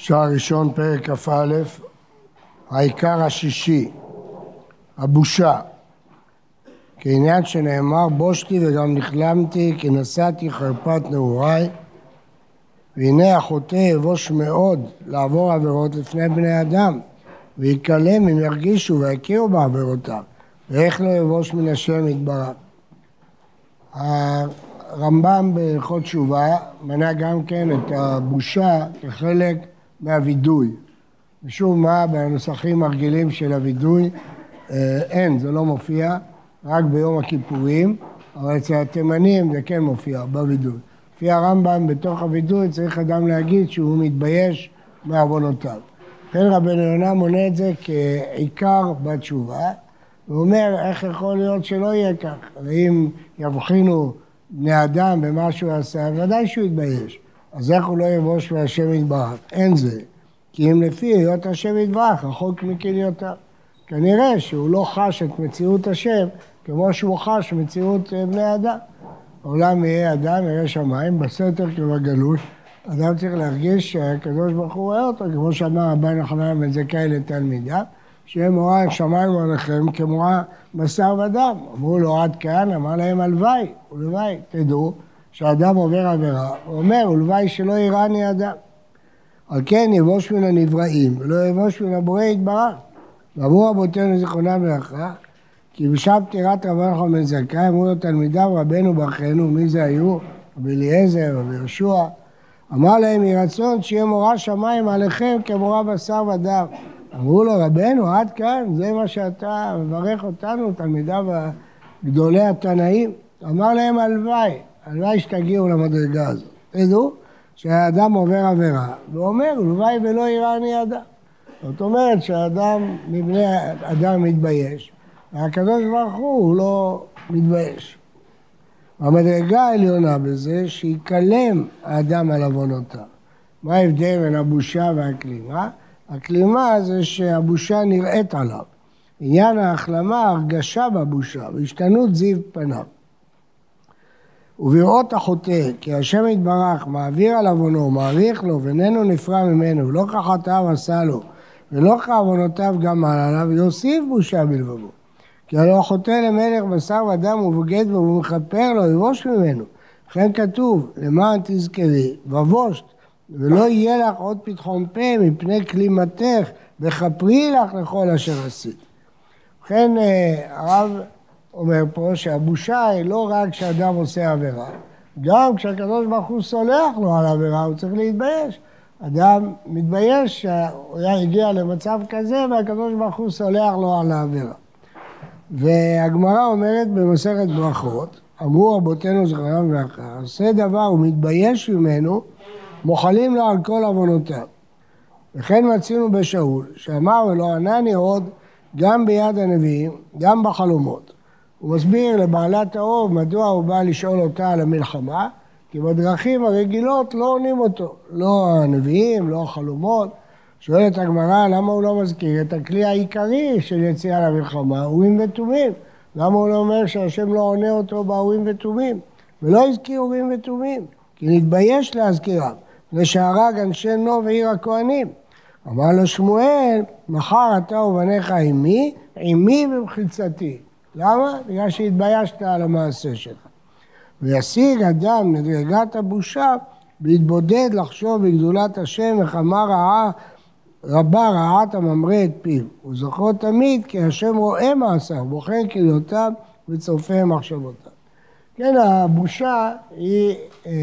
שער ראשון פרק כ"א, העיקר השישי, הבושה. כעניין שנאמר, בושתי וגם נכלמתי, כי נשאתי חרפת נעוריי, והנה החוטא יבוש מאוד לעבור עבירות לפני בני אדם, ויקלם אם ירגישו ויכירו בעבירותיו, ואיך לא יבוש מן השם יתברך. הרמב"ם בהלכות תשובה מנה גם כן את הבושה כחלק מהווידוי. משום מה בנוסחים הרגילים של הווידוי אין, זה לא מופיע, רק ביום הכיפורים, אבל אצל התימנים זה כן מופיע בווידוי. לפי הרמב"ם בתוך הווידוי צריך אדם להגיד שהוא מתבייש מעוונותיו. לכן רבנו יונה מונה את זה כעיקר בתשובה, הוא אומר איך יכול להיות שלא יהיה כך. ואם יבחינו בני אדם במה שהוא עשה, ודאי שהוא יתבייש. אז איך הוא לא יבוש מהשם יתברך? אין זה. כי אם לפי היות השם יתברך, רחוק מכליותיו. כנראה שהוא לא חש את מציאות השם כמו שהוא חש מציאות בני אדם. העולם יהיה אדם, יראה שמיים, בסתר כבגלות. אדם צריך להרגיש שהקדוש ברוך הוא רואה אותו, כמו שאמר רבן יוחנן בן זכאי לתלמידיו, שיהיה מורא שמיים עליכם כמורא בשר ודם. אמרו לו עד כאן, אמר להם הלוואי, ולוואי, תדעו שהאדם עובר עבירה, הוא אומר, ולוואי שלא יראני אדם. על כן יבוש מן הנבראים, ולא יבוש מן הבורא יתברך. ואמרו רבותינו זיכרונם לברכה, כי בשם פטירת רבן יוחנן בן זכאי, אמרו לו תלמידיו רבנו ברכנו, מי זה היו? רבי אליעזר, רבי יהושע. אמר להם, יהי רצון שיהיה מורא שמיים עליכם כמורא בשר ודם. אמרו לו, רבנו, עד כאן, זה מה שאתה מברך אותנו, תלמידיו גדולי התנאים. אמר להם, הלוואי, הלוואי שתגיעו למדרגה הזאת. תדעו שהאדם עובר עבירה, ואומר, הלוואי ולא יראני אדם. זאת אומרת שהאדם מבני אדם מתבייש, והקדוש ברוך הוא לא מתבייש. המדרגה העליונה בזה שיקלם האדם על עוונותיו. מה ההבדל בין הבושה והכלימה? הכלימה זה שהבושה נראית עליו. עניין ההחלמה, הרגשה בבושה, והשתנות זיו פניו. ובראות החוטא, כי השם יתברך מעביר על עוונו, מעריך לו, ואיננו נפרע ממנו, ולא כחטאיו עשה לו, ולא כעוונותיו גם עליו, יוסיף בושה בלבבו. כי הלא החוטא למלך בשר ודם ובוגד בו ומכפר לו, יבוש ממנו. לכן כתוב, למען תזכרי, ובושת, ולא יהיה לך עוד פתחון פה מפני כלימתך, וכפרי לך לכל אשר עשית. לכן הרב אומר פה שהבושה היא לא רק כשאדם עושה עבירה, גם כשהקדוש ברוך הוא סולח לו על העבירה, הוא צריך להתבייש. אדם מתבייש שהוא הגיע למצב כזה, והקדוש ברוך הוא סולח לו על העבירה. והגמרא אומרת במסכת ברכות, אמרו רבותינו זכרם לברכה, עושה דבר ומתבייש ממנו, מוחלים לו על כל עוונותיו. וכן מצינו בשאול, שאמר ולא ענני עוד גם ביד הנביאים, גם בחלומות. הוא מסביר לבעלת האוב מדוע הוא בא לשאול אותה על המלחמה, כי בדרכים הרגילות לא עונים אותו, לא הנביאים, לא החלומות. שואלת הגמרא למה הוא לא מזכיר את הכלי העיקרי של יציאה למלחמה, אורים ותומים. למה הוא לא אומר שהשם לא עונה אותו באורים ותומים, ולא הזכיר אורים ותומים, כי נתבייש להזכירם. ושהרג אנשי נוב ועיר הכהנים. אמר לו שמואל, מחר אתה ובניך עמי במחיצתי. למה? בגלל שהתביישת על המעשה שלך. וישיג אדם מדרגת הבושה, והתבודד לחשוב בגדולת השם, וכמה רבה רעת הממרה את פיו. הוא זוכר תמיד כי השם רואה מעשיו, בוחן כליותיו וצופה מחשבותיו. כן, הבושה היא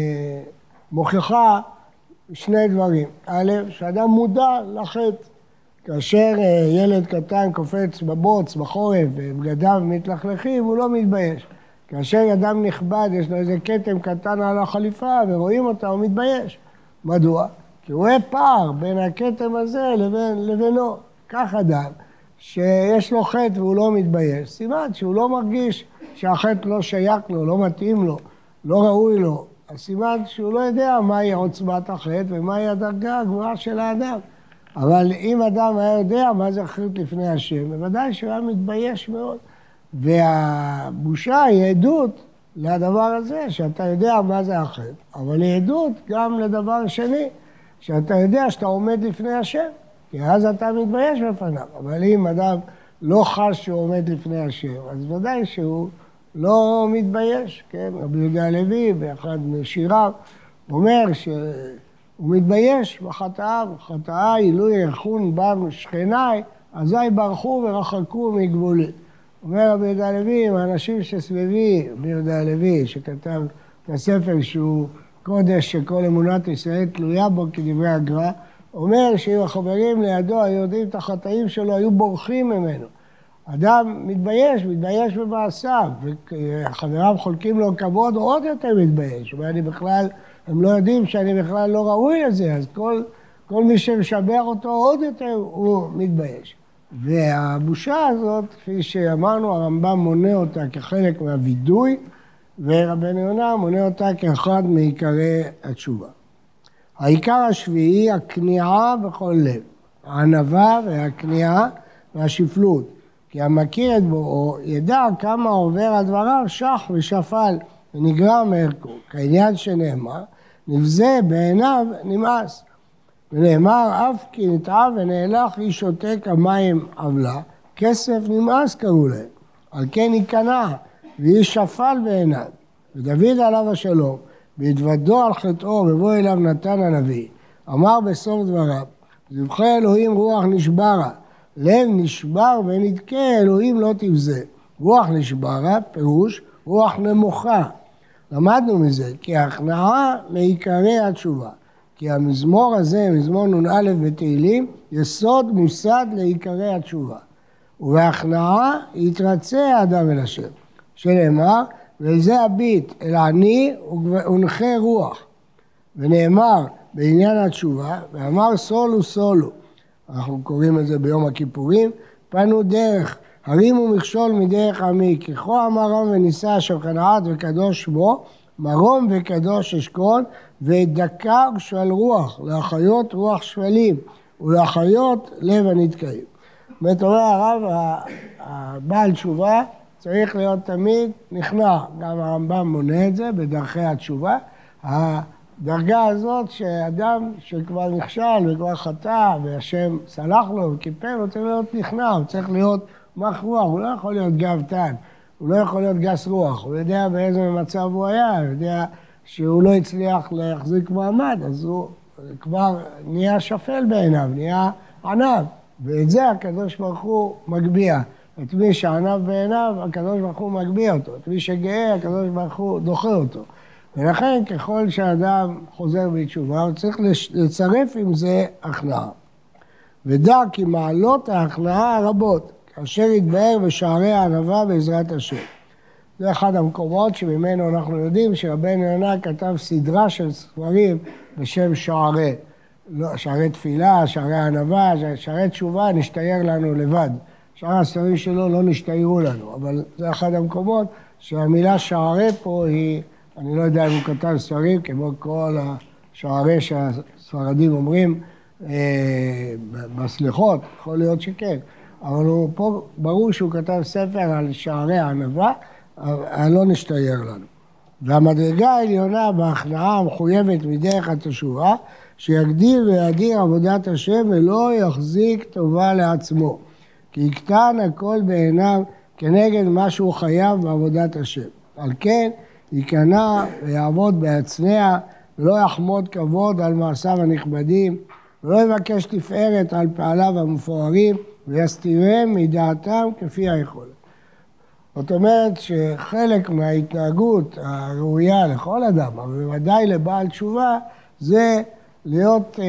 מוכיחה שני דברים. א', שאדם מודע לחטא. כאשר ילד קטן קופץ בבוץ, בחורף, ובגדיו מתלכלכים, הוא לא מתבייש. כאשר אדם נכבד, יש לו איזה כתם קטן על החליפה, ורואים אותה, הוא מתבייש. מדוע? כי הוא רואה פער בין הכתם הזה לבינו. כך אדם שיש לו חטא והוא לא מתבייש, סימן שהוא לא מרגיש שהחטא לא שייך לו, לא מתאים לו, לא ראוי לו. הסימן שהוא לא יודע מהי עוצמת החטא ומהי הדרגה הגבוהה של האדם. אבל אם אדם היה יודע מה זה חטא לפני השם, בוודאי שהוא היה מתבייש מאוד. והבושה היא עדות לדבר הזה, שאתה יודע מה זה החטא, אבל היא עדות גם לדבר שני. שאתה יודע שאתה עומד לפני השם, כי אז אתה מתבייש בפניו. אבל אם אדם לא חש שהוא עומד לפני השם, אז ודאי שהוא לא מתבייש, כן? רבי יהודה הלוי, באחד משיריו, אומר שהוא מתבייש בחטאיו, חטאי, עילוי יחון בנו שכניי, אזי ברחו ורחקו מגבולי. אומר רבי יהודה הלוי, האנשים שסביבי, רבי יהודה הלוי, שכתב את הספר שהוא קודש שכל אמונת ישראל תלויה בו כדברי הגר"א, אומר שאם החברים לידו היו יודעים את החטאים שלו, היו בורחים ממנו. אדם מתבייש במעשיו, וחבריו חולקים לו כבוד, הוא עוד יותר מתבייש. הם לא יודעים שאני בכלל לא ראוי לזה, אז כל מי שמשבח אותו עוד יותר הוא מתבייש. והבושה הזאת, כפי שאמרנו, הרמב"ם מונה אותה כחלק מהווידוי, ורבנו יונה מונה אותה כאחד מעיקרי התשובה. העיקר השביעי, הכניעה בכל לב, הענווה והכניעה והשפלות. כי המכיר את בוראו ידע כמה עובר על דבריו שח ושפל ונגרע מערכו. כעניין שנאמר, נבזה בעיניו נמאס. ונאמר, אף כי נתעב ונאלח איש שותה כמים עוולה, כסף נמאס קראו להם. על כן ייכנע ואיש שפל בעיניו. ודוד עליו השלום, בהתוודו על חטאו ובוא אליו נתן הנביא, אמר בסוף דבריו, זבחי אלוהים רוח נשברה, לב נשבר ונדכה אלוהים לא תבזה. רוח נשברה, פירוש, רוח נמוכה. למדנו מזה, כי ההכנעה מעיקרי התשובה. כי המזמור הזה, מזמור נ"א בתהילים, יסוד מוסד לעיקרי התשובה. ובהכנעה יתרצה האדם אל השם. שנאמר, וזה הביט אל עני ונחה רוח. ונאמר בעניין התשובה, ואמר סולו סולו. אנחנו קוראים את זה ביום הכיפורים, פנו דרך, הרימו מכשול מדרך עמי, ככו אמר רם ונישא אשר כנעת וקדוש שמו, מרום וקדוש אשכון, ודקה ושפל רוח, להחיות רוח שפלים, ולהחיות לב הנתקעים. זאת אומרת, הרב, הבעל תשובה, צריך להיות תמיד נכנע. גם הרמב"ם מונה את זה בדרכי התשובה. הדרגה הזאת שאדם שכבר נכשל וכבר חטא והשם סלח לו וכיפר, הוא צריך להיות נכנע, הוא צריך להיות מח רוח, הוא לא יכול להיות גאוותן, הוא לא יכול להיות גס רוח, הוא יודע באיזה מצב הוא היה, הוא יודע שהוא לא הצליח להחזיק מעמד, אז הוא כבר נהיה שפל בעיניו, נהיה ענב, ואת זה הקדוש ברוך הוא מגביה. את מי שענב בעיניו, הקדוש ברוך הוא מגביה אותו, את מי שגאה, הקדוש ברוך הוא דוחה אותו. ולכן ככל שהאדם חוזר בתשובה, הוא צריך לצרף עם זה הכנעה. ודע כי מעלות ההכנעה רבות, כאשר יתבהר בשערי הענווה בעזרת השם. זה אחד המקומות שממנו אנחנו יודעים שרבנו יונה כתב סדרה של ספרים בשם שערי. שערי תפילה, שערי הענווה, שערי תשובה נשתייר לנו לבד. שאר הספרים שלו לא נשתיירו לנו, אבל זה אחד המקומות שהמילה שערי פה היא, אני לא יודע אם הוא כתב ספרים, כמו כל השערי שהספרדים אומרים בסליחות, יכול להיות שכן. אבל הוא פה ברור שהוא כתב ספר על שערי הענווה, אבל לא נשתייר לנו. והמדרגה העליונה בהכנעה המחויבת מדרך התשובה, שיגדיר וידיר עבודת השם ולא יחזיק טובה לעצמו. כי יקטן הכל בעיניו כנגד מה שהוא חייב בעבודת השם. על כן ייכנע ויעבוד בהצנע ולא יחמוד כבוד על מעשיו הנכבדים ולא יבקש תפארת על פעליו המפוארים ויסתירם מדעתם כפי היכולת. זאת אומרת שחלק מההתנהגות הראויה לכל אדם, אבל בוודאי לבעל תשובה, זה להיות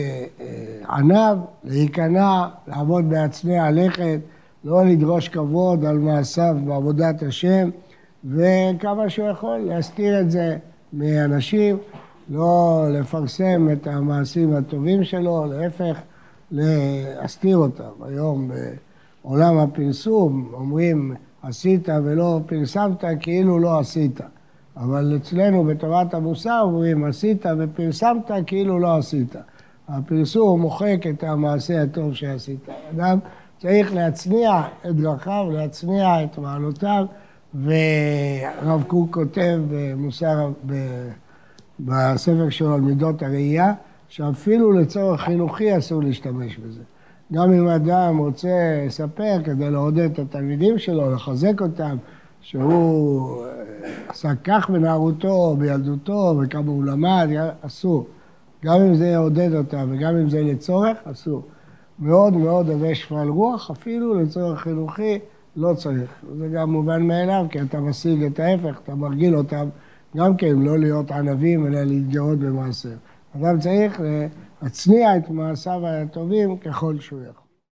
ענב, להיכנע, לעבוד בהצנע לכת, לא לדרוש כבוד על מעשיו בעבודת השם, וכמה שהוא יכול להסתיר את זה מאנשים, לא לפרסם את המעשים הטובים שלו, להפך, להסתיר אותם. היום בעולם הפרסום אומרים עשית ולא פרסמת כאילו לא עשית. אבל אצלנו בתורת המוסר אומרים עשית ופרסמת כאילו לא עשית. הפרסום מוחק את המעשה הטוב שעשית. אדם צריך להצניע את דרכיו, להצניע את מעלותיו, ורב קוק כותב במוסר, בספר שלו על מידות הראייה, שאפילו לצורך חינוכי אסור להשתמש בזה. גם אם אדם רוצה לספר כדי לעודד את התלמידים שלו, לחזק אותם, שהוא עשה כך בנערותו, בילדותו, וכמה הוא למד, אסור. גם אם זה יעודד אותם וגם אם זה לצורך, אסור. מאוד מאוד הווה שפל רוח, אפילו לצורך חינוכי לא צריך. זה גם מובן מאליו, כי אתה משיג את ההפך, אתה מרגיל אותם, גם כן לא להיות ענבים, אלא להתגאות במעשר. אדם צריך להצניע את מעשיו הטובים ככל שהוא יכול.